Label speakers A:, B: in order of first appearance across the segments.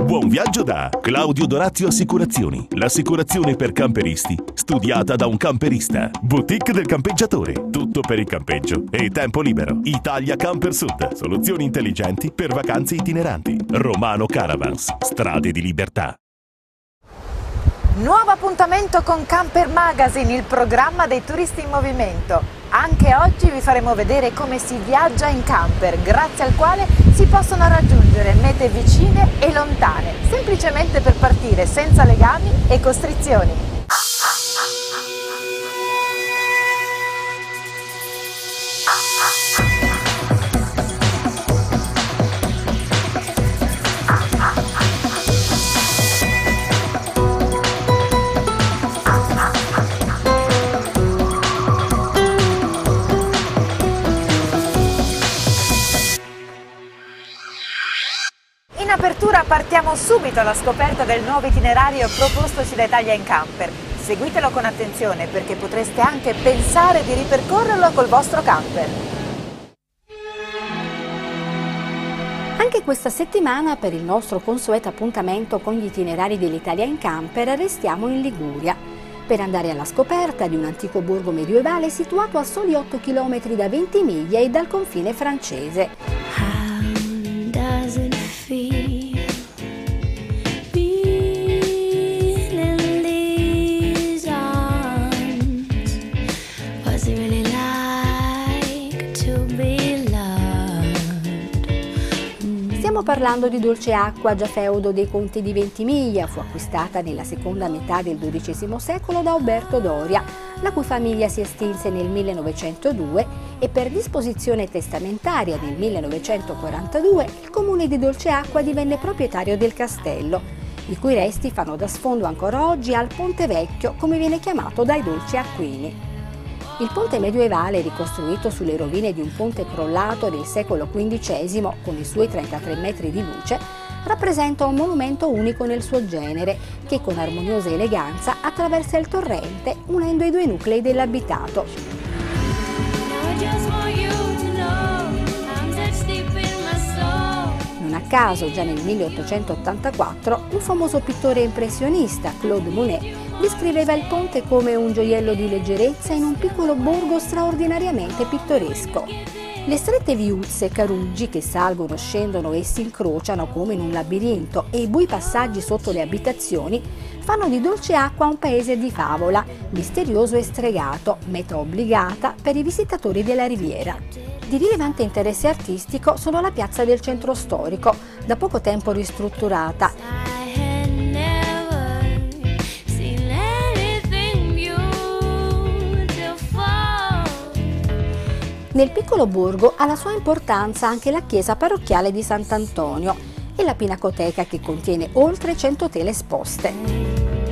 A: Buon viaggio da Claudio Dorazio Assicurazioni, l'assicurazione per camperisti, studiata da un camperista. Boutique del campeggiatore, tutto per il campeggio e tempo libero. Italia Camper Sud, soluzioni intelligenti per vacanze itineranti. Romano Caravans, strade di libertà.
B: Nuovo appuntamento con Camper Magazine, il programma dei turisti in movimento. Anche oggi vi faremo vedere come si viaggia in camper, grazie al quale si possono raggiungere mete vicine e lontane, semplicemente per partire senza legami e costrizioni. In apertura partiamo subito alla scoperta del nuovo itinerario propostoci da Italia in Camper. Seguitelo con attenzione perché potreste anche pensare di ripercorrerlo col vostro camper.
C: Anche questa settimana, per il nostro consueto appuntamento con gli itinerari dell'Italia in Camper, restiamo in Liguria per andare alla scoperta di un antico borgo medievale situato a soli 8 km da Ventimiglia e dal confine francese. Stiamo parlando di Dolceacqua, già feudo dei conti di Ventimiglia. Fu acquistata nella seconda metà del XII secolo da Uberto Doria, la cui famiglia si estinse nel 1902 e per disposizione testamentaria nel 1942 il comune di Dolceacqua divenne proprietario del castello, i cui resti fanno da sfondo ancora oggi al Ponte Vecchio, come viene chiamato dai dolciacquini. Il ponte medievale, ricostruito sulle rovine di un ponte crollato del secolo XV con i suoi 33 metri di luce, rappresenta un monumento unico nel suo genere che con armoniosa eleganza attraversa il torrente unendo i due nuclei dell'abitato. Non a caso, già nel 1884, un famoso pittore impressionista, Claude Monet, descriveva il ponte come un gioiello di leggerezza in un piccolo borgo straordinariamente pittoresco. Le strette viuzze, caruggi che salgono, scendono e si incrociano come in un labirinto e i bui passaggi sotto le abitazioni fanno di Dolceacqua un paese di favola, misterioso e stregato, meta obbligata per i visitatori della riviera. Di rilevante interesse artistico sono la piazza del centro storico, da poco tempo ristrutturata. Nel piccolo borgo ha la sua importanza anche la chiesa parrocchiale di Sant'Antonio e la pinacoteca che contiene oltre 100 tele esposte.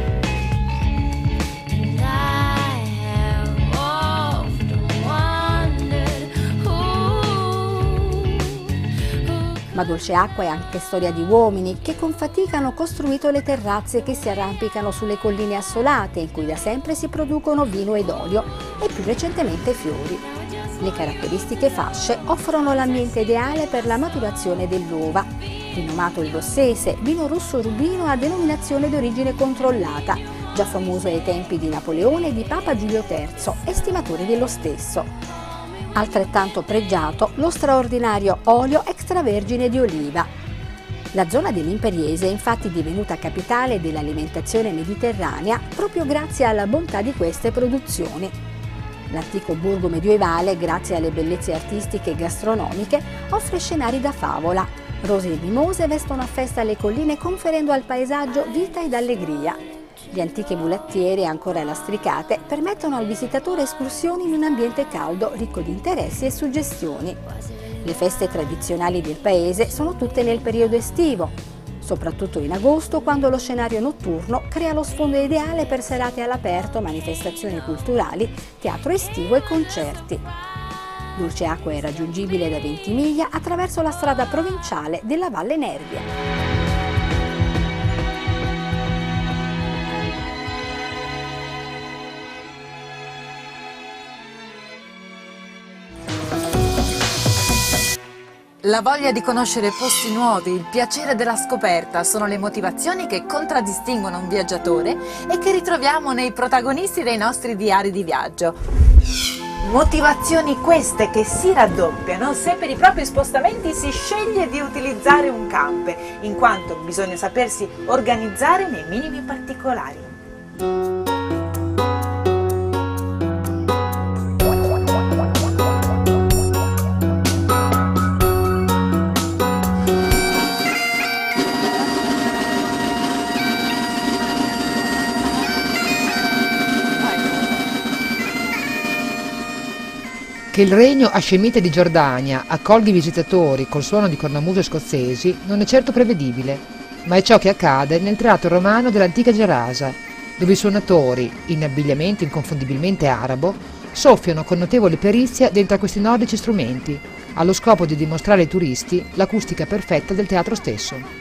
C: Ma Dolceacqua è anche storia di uomini che con fatica hanno costruito le terrazze che si arrampicano sulle colline assolate in cui da sempre si producono vino ed olio e più recentemente fiori. Le caratteristiche fasce offrono l'ambiente ideale per la maturazione dell'uva. Rinomato il Rossese, vino rosso rubino a denominazione d'origine controllata, già famoso ai tempi di Napoleone e di Papa Giulio III, estimatore dello stesso. Altrettanto pregiato lo straordinario olio extravergine di oliva. La zona dell'Imperiese è infatti divenuta capitale dell'alimentazione mediterranea proprio grazie alla bontà di queste produzioni. L'antico borgo medievale, grazie alle bellezze artistiche e gastronomiche, offre scenari da favola. Rose e mimose vestono a festa le colline conferendo al paesaggio vita ed allegria. Le antiche mulattiere ancora lastricate permettono al visitatore escursioni in un ambiente caldo, ricco di interessi e suggestioni. Le feste tradizionali del paese sono tutte nel periodo estivo, soprattutto in agosto, quando lo scenario notturno crea lo sfondo ideale per serate all'aperto, manifestazioni culturali, teatro estivo e concerti. Dolceacqua è raggiungibile da Ventimiglia attraverso la strada provinciale della Valle Nervia.
B: La voglia di conoscere posti nuovi, il piacere della scoperta sono le motivazioni che contraddistinguono un viaggiatore e che ritroviamo nei protagonisti dei nostri diari di viaggio. Motivazioni queste che si raddoppiano se per i propri spostamenti si sceglie di utilizzare un camper, in quanto bisogna sapersi organizzare nei minimi particolari.
D: Che il regno hascemita di Giordania accolga i visitatori col suono di cornamuse scozzesi non è certo prevedibile, ma è ciò che accade nel teatro romano dell'antica Gerasa, dove i suonatori, in abbigliamento inconfondibilmente arabo, soffiano con notevole perizia dentro a questi nordici strumenti, allo scopo di dimostrare ai turisti l'acustica perfetta del teatro stesso.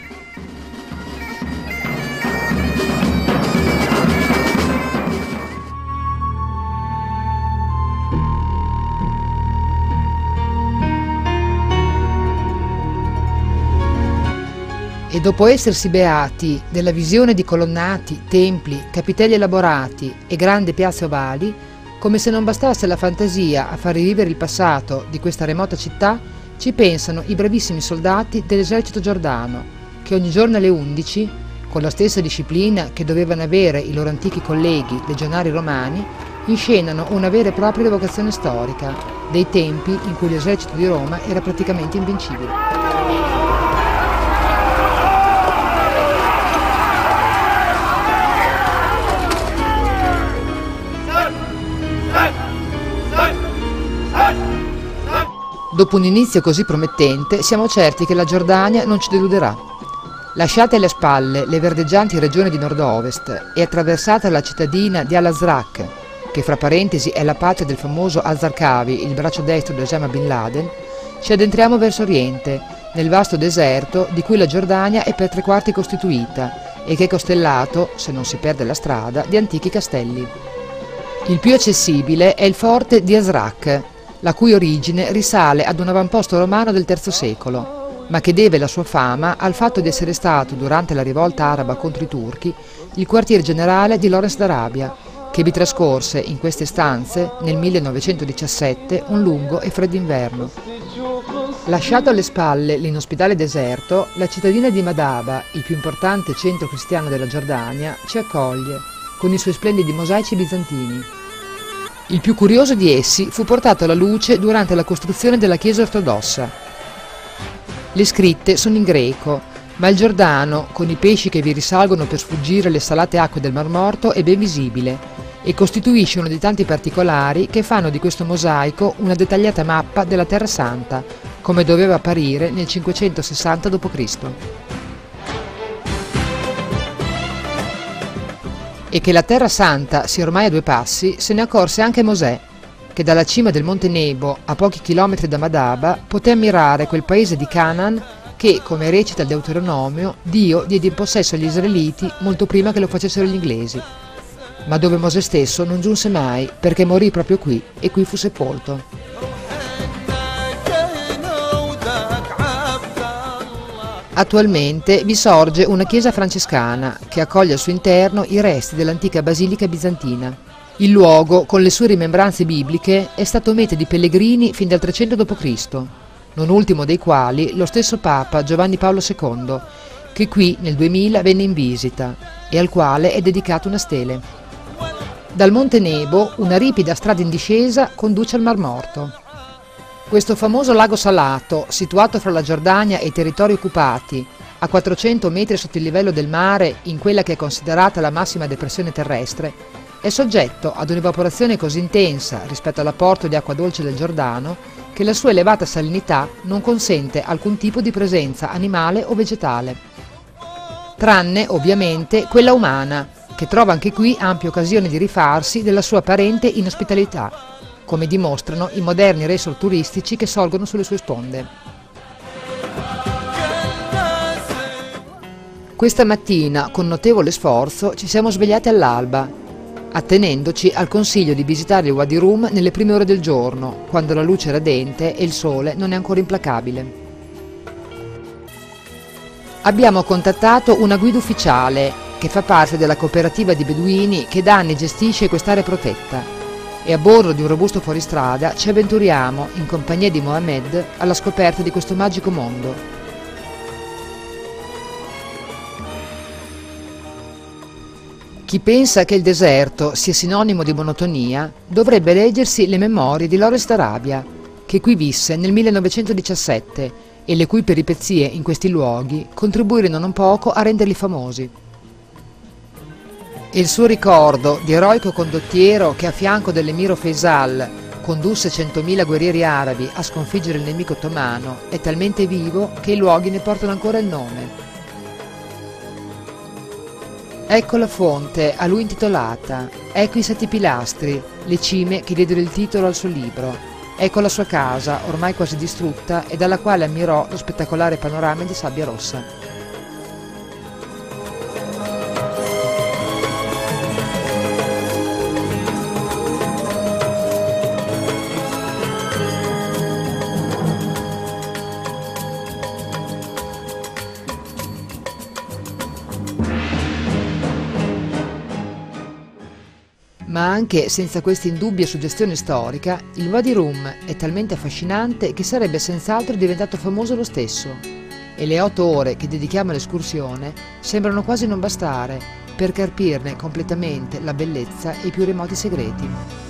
D: E dopo essersi beati della visione di colonnati, templi, capitelli elaborati e grandi piazze ovali, come se non bastasse la fantasia a far rivivere il passato di questa remota città, ci pensano i bravissimi soldati dell'esercito giordano, che ogni giorno alle 11, con la stessa disciplina che dovevano avere i loro antichi colleghi legionari romani, inscenano una vera e propria evocazione storica dei tempi in cui l'esercito di Roma era praticamente invincibile. Dopo un inizio così promettente, siamo certi che la Giordania non ci deluderà. Lasciate alle spalle le verdeggianti regioni di nord-ovest e attraversata la cittadina di Al-Azraq, che fra parentesi è la patria del famoso al-Zarqawi, il braccio destro di Osama Bin Laden, ci addentriamo verso oriente, nel vasto deserto di cui la Giordania è per 3/4 costituita e che è costellato, se non si perde la strada, di antichi castelli. Il più accessibile è il forte di Azraq, la cui origine risale ad un avamposto romano del III secolo, ma che deve la sua fama al fatto di essere stato, durante la rivolta araba contro i turchi, il quartier generale di Lawrence d'Arabia, che vi trascorse in queste stanze, nel 1917, un lungo e freddo inverno. Lasciato alle spalle l'inospitale deserto, la cittadina di Madaba, il più importante centro cristiano della Giordania, ci accoglie, con i suoi splendidi mosaici bizantini. Il più curioso di essi fu portato alla luce durante la costruzione della chiesa ortodossa. Le scritte sono in greco, ma il Giordano, con i pesci che vi risalgono per sfuggire le salate acque del Mar Morto, è ben visibile e costituisce uno dei tanti particolari che fanno di questo mosaico una dettagliata mappa della Terra Santa, come doveva apparire nel 560 d.C. E che la Terra Santa sia ormai a 2 passi se ne accorse anche Mosè, che dalla cima del Monte Nebo, a pochi chilometri da Madaba, poté ammirare quel paese di Canaan che, come recita il Deuteronomio, Dio diede in possesso agli israeliti molto prima che lo facessero gli inglesi, ma dove Mosè stesso non giunse mai perché morì proprio qui e qui fu sepolto. Attualmente vi sorge una chiesa francescana che accoglie al suo interno i resti dell'antica basilica bizantina. Il luogo, con le sue rimembranze bibliche, è stato meta di pellegrini fin dal 300 d.C., non ultimo dei quali lo stesso Papa Giovanni Paolo II, che qui nel 2000 venne in visita e al quale è dedicata una stele. Dal Monte Nebo una ripida strada in discesa conduce al Mar Morto. Questo famoso lago salato, situato fra la Giordania e i territori occupati, a 400 metri sotto il livello del mare in quella che è considerata la massima depressione terrestre, è soggetto ad un'evaporazione così intensa rispetto all'apporto di acqua dolce del Giordano che la sua elevata salinità non consente alcun tipo di presenza animale o vegetale. Tranne, ovviamente, quella umana, che trova anche qui ampia occasione di rifarsi della sua apparente inospitalità, come dimostrano i moderni resort turistici che sorgono sulle sue sponde. Questa mattina, con notevole sforzo, ci siamo svegliati all'alba, attenendoci al consiglio di visitare il Wadi Rum nelle prime ore del giorno, quando la luce è radente e il sole non è ancora implacabile. Abbiamo contattato una guida ufficiale che fa parte della cooperativa di beduini che da anni gestisce quest'area protetta e a bordo di un robusto fuoristrada ci avventuriamo in compagnia di Mohamed alla scoperta di questo magico mondo. Chi pensa che il deserto sia sinonimo di monotonia dovrebbe leggersi le memorie di Lawrence d'Arabia, che qui visse nel 1917 e le cui peripezie in questi luoghi contribuirono non poco a renderli famosi. E il suo ricordo di eroico condottiero che a fianco dell'emiro Faisal condusse 100.000 guerrieri arabi a sconfiggere il nemico ottomano è talmente vivo che i luoghi ne portano ancora il nome. Ecco la fonte a lui intitolata, ecco i 7 pilastri, le cime che diedero il titolo al suo libro, ecco la sua casa, ormai quasi distrutta, e dalla quale ammirò lo spettacolare panorama di sabbia rossa. Ma anche senza questa indubbia suggestione storica, il Wadi Rum è talmente affascinante che sarebbe senz'altro diventato famoso lo stesso. E le 8 ore che dedichiamo all'escursione sembrano quasi non bastare per carpirne completamente la bellezza e i più remoti segreti.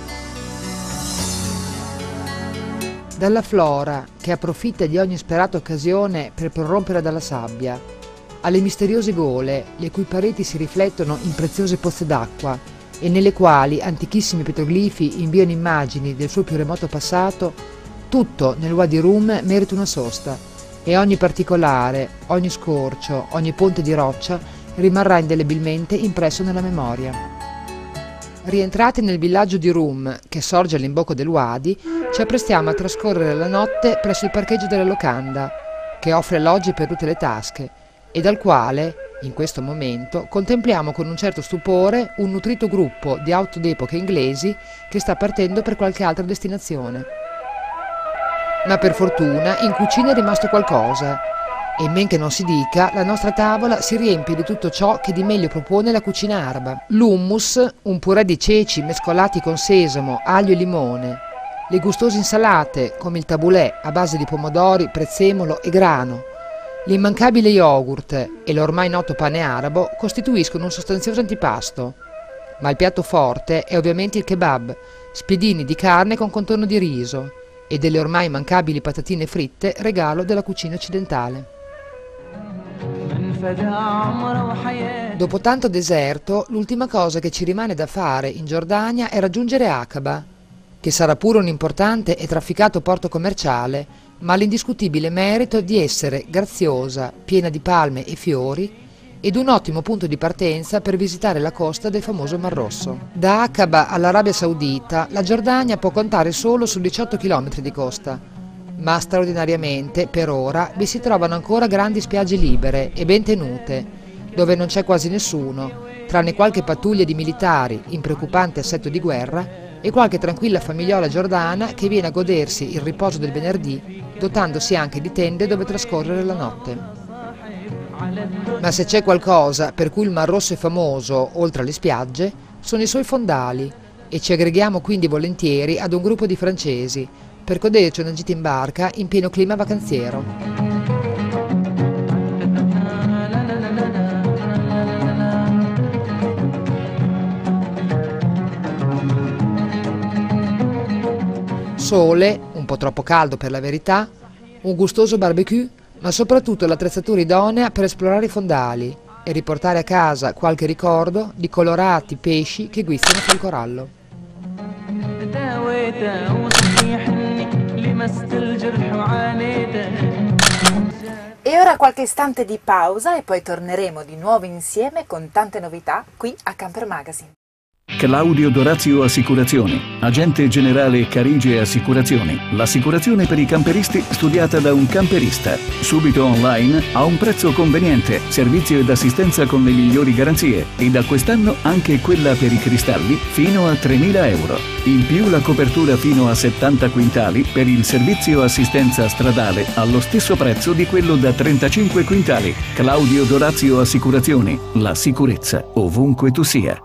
D: Dalla flora, che approfitta di ogni insperata occasione per prorompere dalla sabbia, alle misteriose gole, le cui pareti si riflettono in preziose pozze d'acqua, e nelle quali antichissimi petroglifi inviano immagini del suo più remoto passato, tutto nel Wadi Rum merita una sosta, e ogni particolare, ogni scorcio, ogni ponte di roccia rimarrà indelebilmente impresso nella memoria. Rientrati nel villaggio di Rum, che sorge all'imbocco del Wadi, ci apprestiamo a trascorrere la notte presso il parcheggio della locanda, che offre alloggi per tutte le tasche, e dal quale, in questo momento, contempliamo con un certo stupore un nutrito gruppo di auto d'epoca inglesi che sta partendo per qualche altra destinazione. Ma per fortuna in cucina è rimasto qualcosa, e men che non si dica, la nostra tavola si riempie di tutto ciò che di meglio propone la cucina araba. L'hummus, un purè di ceci mescolati con sesamo, aglio e limone, le gustose insalate come il tabulè a base di pomodori, prezzemolo e grano, l'immancabile yogurt e l'ormai noto pane arabo costituiscono un sostanzioso antipasto, ma il piatto forte è ovviamente il kebab, spiedini di carne con contorno di riso, e delle ormai immancabili patatine fritte, regalo della cucina occidentale. Dopo tanto deserto, l'ultima cosa che ci rimane da fare in Giordania è raggiungere Aqaba, che sarà pure un importante e trafficato porto commerciale, ma l'indiscutibile merito di essere graziosa, piena di palme e fiori, ed un ottimo punto di partenza per visitare la costa del famoso Mar Rosso. Da Aqaba all'Arabia Saudita, la Giordania può contare solo su 18 km di costa, ma straordinariamente, per ora, vi si trovano ancora grandi spiagge libere e ben tenute, dove non c'è quasi nessuno, tranne qualche pattuglia di militari in preoccupante assetto di guerra e qualche tranquilla famigliola giordana che viene a godersi il riposo del venerdì, dotandosi anche di tende dove trascorrere la notte. Ma se c'è qualcosa per cui il Mar Rosso è famoso, oltre alle spiagge, sono i suoi fondali, e ci aggreghiamo quindi volentieri ad un gruppo di francesi per goderci una gita in barca in pieno clima vacanziero. Sole, un po' troppo caldo per la verità, un gustoso barbecue, ma soprattutto l'attrezzatura idonea per esplorare i fondali e riportare a casa qualche ricordo di colorati pesci che guizzano sul corallo.
B: E ora qualche istante di pausa e poi torneremo di nuovo insieme con tante novità qui a Camper Magazine.
E: Claudio Dorazio Assicurazioni, agente generale Carige Assicurazioni. L'assicurazione per i camperisti studiata da un camperista. Subito online a un prezzo conveniente, servizio ed assistenza con le migliori garanzie e da quest'anno anche quella per i cristalli fino a 3.000 euro. In più la copertura fino a 70 quintali per il servizio assistenza stradale allo stesso prezzo di quello da 35 quintali. Claudio Dorazio Assicurazioni, la sicurezza ovunque tu sia.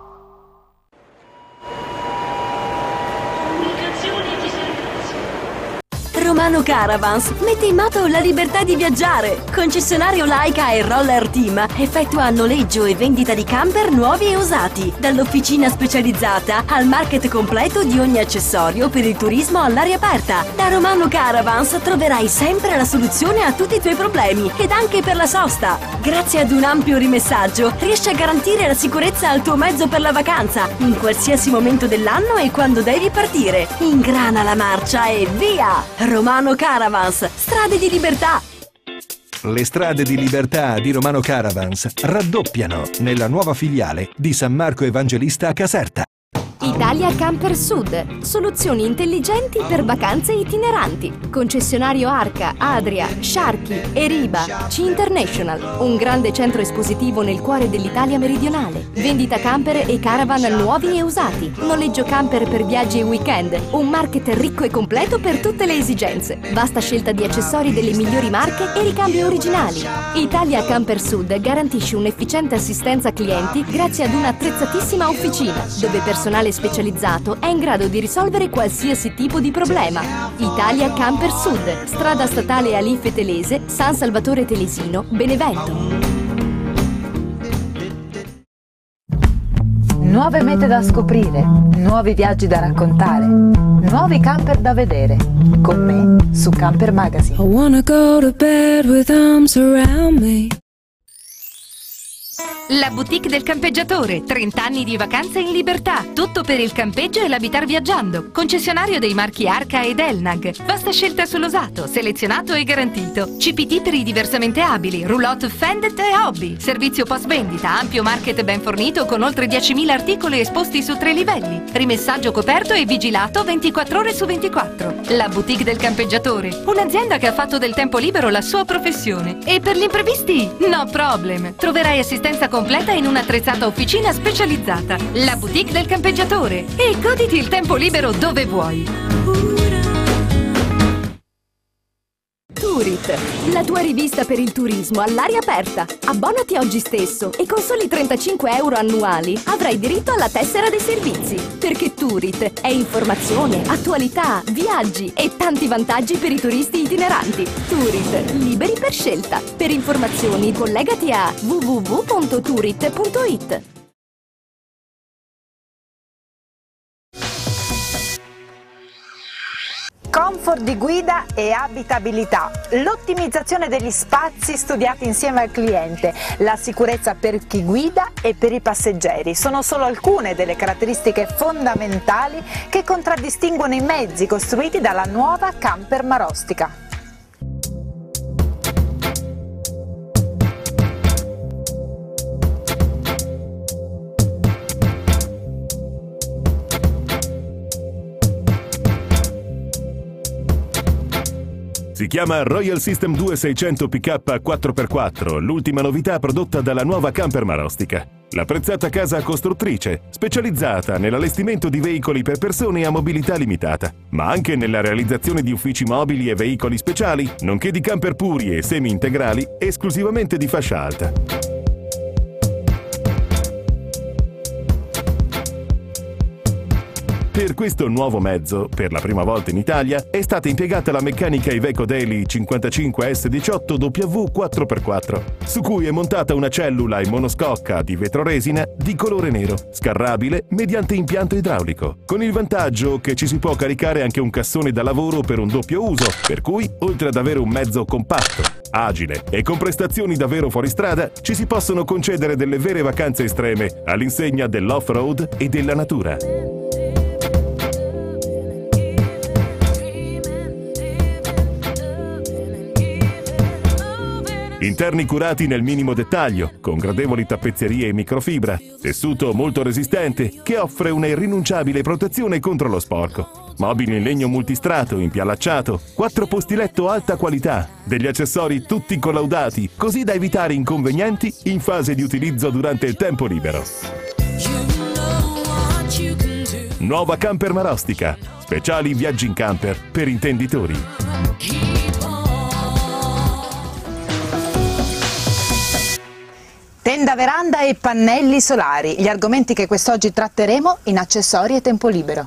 F: Romano Caravans mette in moto la libertà di viaggiare. Concessionario Laika e Roller Team effettua noleggio e vendita di camper nuovi e usati. Dall'officina specializzata al market completo di ogni accessorio per il turismo all'aria aperta. Da Romano Caravans troverai sempre la soluzione a tutti i tuoi problemi ed anche per la sosta. Grazie ad un ampio rimessaggio riesci a garantire la sicurezza al tuo mezzo per la vacanza in qualsiasi momento dell'anno e quando devi partire. Ingrana la marcia e via! Romano Caravans, strade di libertà.
G: Le strade di libertà di Romano Caravans raddoppiano nella nuova filiale di San Marco Evangelista a Caserta.
F: Italia Camper Sud, soluzioni intelligenti per vacanze itineranti. Concessionario Arca, Adria, Sharky, Eriba, C-International. Un grande centro espositivo nel cuore dell'Italia meridionale. Vendita camper e caravan nuovi e usati. Noleggio camper per viaggi e weekend. Un market ricco e completo per tutte le esigenze. Vasta scelta di accessori delle migliori marche e ricambi originali. Italia Camper Sud garantisce un'efficiente assistenza clienti grazie ad un'attrezzatissima officina, dove personale specializzato è in grado di risolvere qualsiasi tipo di problema. Italia Camper Sud, strada statale Alife Telese, San Salvatore Telesino, Benevento.
B: Nuove mete da scoprire, nuovi viaggi da raccontare, nuovi camper da vedere. Con me su Camper Magazine.
H: I wanna go to bed with arms around me.
I: La boutique del campeggiatore, 30 anni di vacanze in libertà, tutto per il campeggio e l'abitar viaggiando. Concessionario dei marchi Arca ed Elnag, vasta scelta sull'usato, selezionato e garantito. CPT per i diversamente abili, roulotte Fendet e hobby. Servizio post vendita, ampio market ben fornito con oltre 10.000 articoli esposti su 3 livelli. Rimessaggio coperto e vigilato 24 ore su 24. La boutique del campeggiatore, un'azienda che ha fatto del tempo libero la sua professione. E per gli imprevisti, no problem. Troverai assistenza completa in un'attrezzata officina specializzata. La boutique del campeggiatore. E goditi il tempo libero dove vuoi.
F: Tourit, la tua rivista per il turismo all'aria aperta. Abbonati oggi stesso e con soli 35 euro annuali avrai diritto alla tessera dei servizi. Perché Tourit è informazione, attualità, viaggi e tanti vantaggi per i turisti itineranti. Tourit, liberi per scelta. Per informazioni collegati a www.tourit.it.
B: Comfort di guida e abitabilità, l'ottimizzazione degli spazi studiati insieme al cliente, la sicurezza per chi guida e per i passeggeri sono solo alcune delle caratteristiche fondamentali che contraddistinguono i mezzi costruiti dalla nuova Camper Marostica.
A: Si chiama Royal System 2600 PK 4x4, l'ultima novità prodotta dalla nuova Camper Marostica. L'apprezzata casa costruttrice, specializzata nell'allestimento di veicoli per persone a mobilità limitata, ma anche nella realizzazione di uffici mobili e veicoli speciali, nonché di camper puri e semi-integrali esclusivamente di fascia alta. Per questo nuovo mezzo, per la prima volta in Italia, è stata impiegata la meccanica Iveco Daily 55S18W 4x4, su cui è montata una cellula in monoscocca di vetroresina di colore nero, scarrabile mediante impianto idraulico, con il vantaggio che ci si può caricare anche un cassone da lavoro per un doppio uso, per cui, oltre ad avere un mezzo compatto, agile e con prestazioni davvero fuori strada, ci si possono concedere delle vere vacanze estreme all'insegna dell'off-road e della natura. Interni curati nel minimo dettaglio, con gradevoli tappezzerie in microfibra, tessuto molto resistente che offre una irrinunciabile protezione contro lo sporco. Mobili in legno multistrato, impiallacciato, 4 posti letto alta qualità, degli accessori tutti collaudati, così da evitare inconvenienti in fase di utilizzo durante il tempo libero. Nuova Camper Marostica, speciali viaggi in camper per intenditori.
B: Tenda veranda e pannelli solari, gli argomenti che quest'oggi tratteremo in Accessori e Tempo Libero.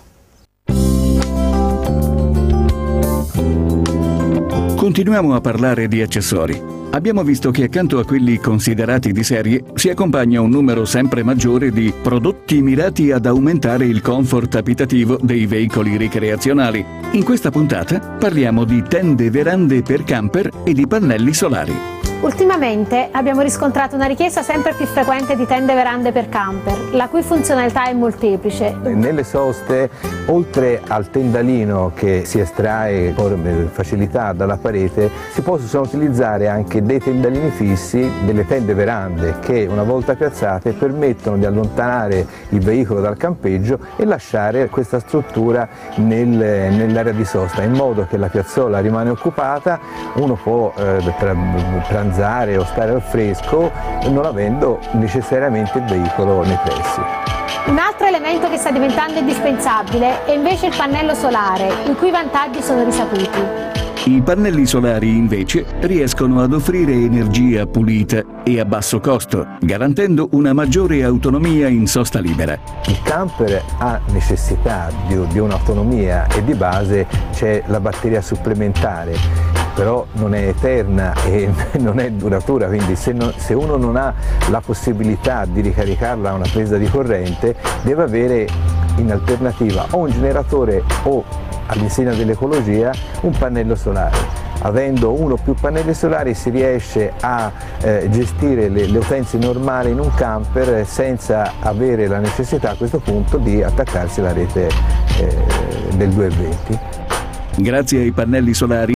E: Continuiamo a parlare di accessori. Abbiamo visto che accanto a quelli considerati di serie si accompagna un numero sempre maggiore di prodotti mirati ad aumentare il comfort abitativo dei veicoli ricreazionali. In questa puntata parliamo di tende verande per camper e di pannelli solari.
J: Ultimamente abbiamo riscontrato una richiesta sempre più frequente di tende verande per camper, la cui funzionalità è molteplice.
K: Nelle soste, oltre al tendalino che si estrae con facilità dalla parete, si possono utilizzare anche dei tendalini fissi, delle tende verande che una volta piazzate permettono di allontanare il veicolo dal campeggio e lasciare questa struttura nell'area di sosta, in modo che la piazzola rimane occupata, uno può pranzare o stare al fresco non avendo necessariamente il veicolo nei pressi.
J: Un altro elemento che sta diventando indispensabile è invece il pannello solare, i cui vantaggi sono risaputi.
E: I pannelli solari invece riescono ad offrire energia pulita e a basso costo, garantendo una maggiore autonomia in sosta libera.
K: Il camper ha necessità di un'autonomia e di base c'è la batteria supplementare, però non è eterna e non è duratura, quindi se uno non ha la possibilità di ricaricarla a una presa di corrente, deve avere in alternativa o un generatore o, all'insegna dell'ecologia, un pannello solare. Avendo uno o più pannelli solari si riesce a gestire le utenze normali in un camper senza avere la necessità a questo punto di attaccarsi alla rete del 220.
E: Grazie ai pannelli solari